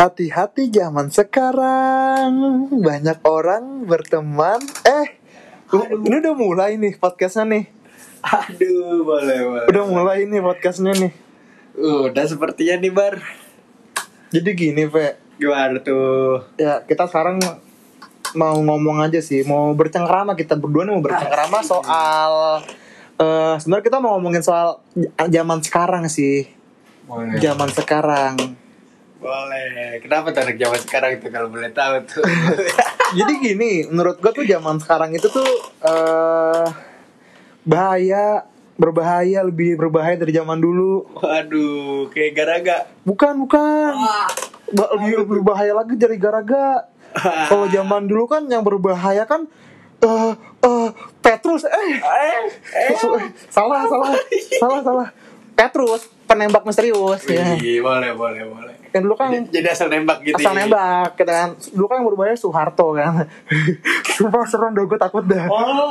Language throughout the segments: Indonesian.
Hati-hati zaman sekarang, banyak orang berteman. Ini udah mulai nih podcastnya nih. Aduh, boleh. Udah mulai nih podcastnya nih. Udah sepertinya nih, Bar. Jadi gini, Pe. Gimana tuh? Ya, kita sekarang mau ngomong aja sih, mau bercengkerama, kita berdua nih mau bercengkerama soal sebenarnya kita mau ngomongin soal zaman sekarang sih. Boleh. Zaman sekarang. Boleh. Kenapa tuh anak zaman sekarang itu kalau boleh tahu tuh? Jadi gini, menurut gue tuh zaman sekarang itu tuh berbahaya, lebih berbahaya dari zaman dulu. Waduh, kayak garaga. Bukan. Lebih bahaya lagi dari garaga. Kalau zaman dulu kan yang berbahaya kan Petrus. Salah. Petrus, penembak misterius. Wih, boleh. Kan dulu kan Jadi asal nembak gitu. asal nembak gitu kan. Dulu kan yang berbahaya Soeharto kan. Sumpah serem dah, gue takut dah.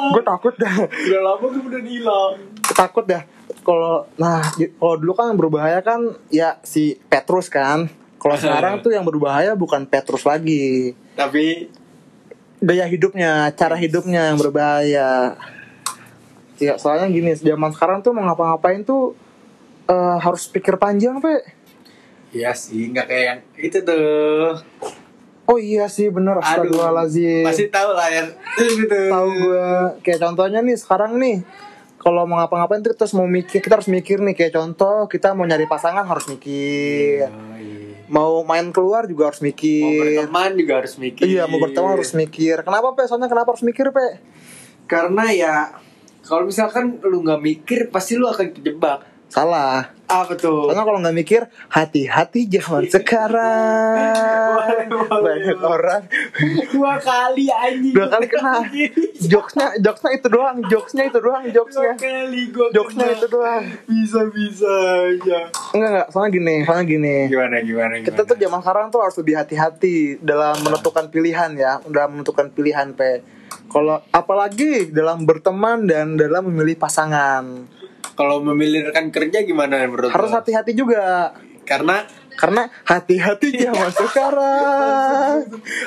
Udah lama gue udah hilang. Takut dah. Kalau dulu kan yang berbahaya kan ya si Petrus kan. Kalau sekarang tuh yang berbahaya bukan Petrus lagi, Tapi gaya hidupnya, cara hidupnya yang berbahaya. Ya soalnya gini, zaman sekarang tuh mau ngapa-ngapain tuh harus pikir panjang, Pe. iya sih, nggak kayak yang itu tuh. Oh iya sih, bener. Astagfirullahaladzim. Pasti tahu lah ya. Gitu. Tahu gue. Kayak contohnya nih sekarang nih, kalau mau ngapa-ngapain tuh kita harus mikir nih. Kayak contoh kita mau nyari pasangan harus mikir. Mau main keluar juga harus mikir. Mau berteman juga harus mikir. Iya, mau berteman harus mikir. Kenapa, Pe? Soalnya kenapa harus mikir, Pe? Karena ya kalau misalkan lu nggak mikir pasti lu akan terjebak. Salah. Apa tuh? Soalnya kalau nggak mikir, hati-hati zaman sekarang. Banyak orang 2 kali anjing. 2 kali kena. Jokesnya itu doang. Jokesnya itu doang. 2 kali gua Jokesnya kena. itu doang. Bisa aja. Enggak. Soalnya gini. Gimana? Kita tuh zaman sekarang tuh harus lebih hati-hati dalam menentukan pilihan ya. Dalam menentukan pilihan, Pe. Kalau apalagi dalam berteman dan dalam memilih pasangan. Kalau memilih rekan kerja gimana menurut Harus lo? hati-hati juga. Karena Hati-hati zaman sekarang.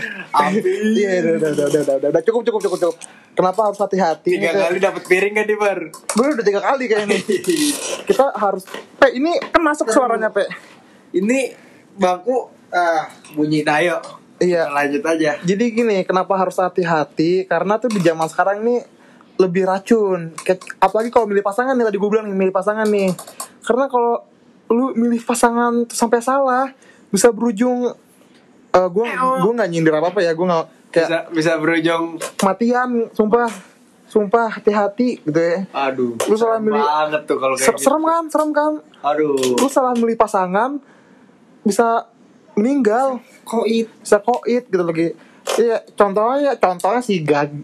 Iya, udah cukup. Kenapa harus hati-hati? 3 kali dapat piring kan di Bar? Gue udah 3 kali kayaknya. Kita harus, Pe, ini kan masuk suaranya, Pe. Ini bangku bunyi dayo. Iya. Lanjut aja. Jadi gini, kenapa harus hati-hati? Karena tuh di zaman sekarang nih lebih racun. Apalagi kalau milih pasangan nih, tadi gue bilang nih, milih pasangan nih. Karena kalau lu milih pasangan sampai salah, bisa berujung gue nggak nyindir apa ya, gue nggak kayak Bisa berujung matian, sumpah hati-hati gitu ya. aduh. Lu salah milih banget tuh kalau kayak gitu. serem kan. Aduh. Lu salah milih pasangan bisa meninggal, bisa koit gitu lagi. Iya, contohnya si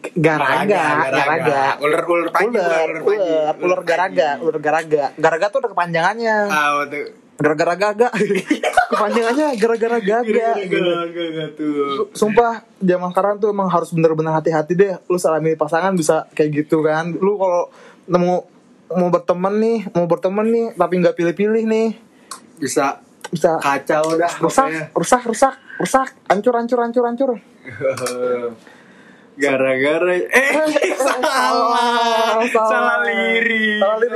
garaga. Ular Garaga. Garaga tuh ada kepanjangannya. Tuh. Garaga. Kepanjangannya gara-gara gaga. Tuh. Sumpah, zaman sekarang tuh emang harus bener-bener hati-hati deh. Lu salah milih pasangan bisa kayak gitu kan. Lu kalau mau berteman nih, tapi nggak pilih-pilih nih, bisa Kacau dah. rusak, hancur. Gara-gara salah lirik.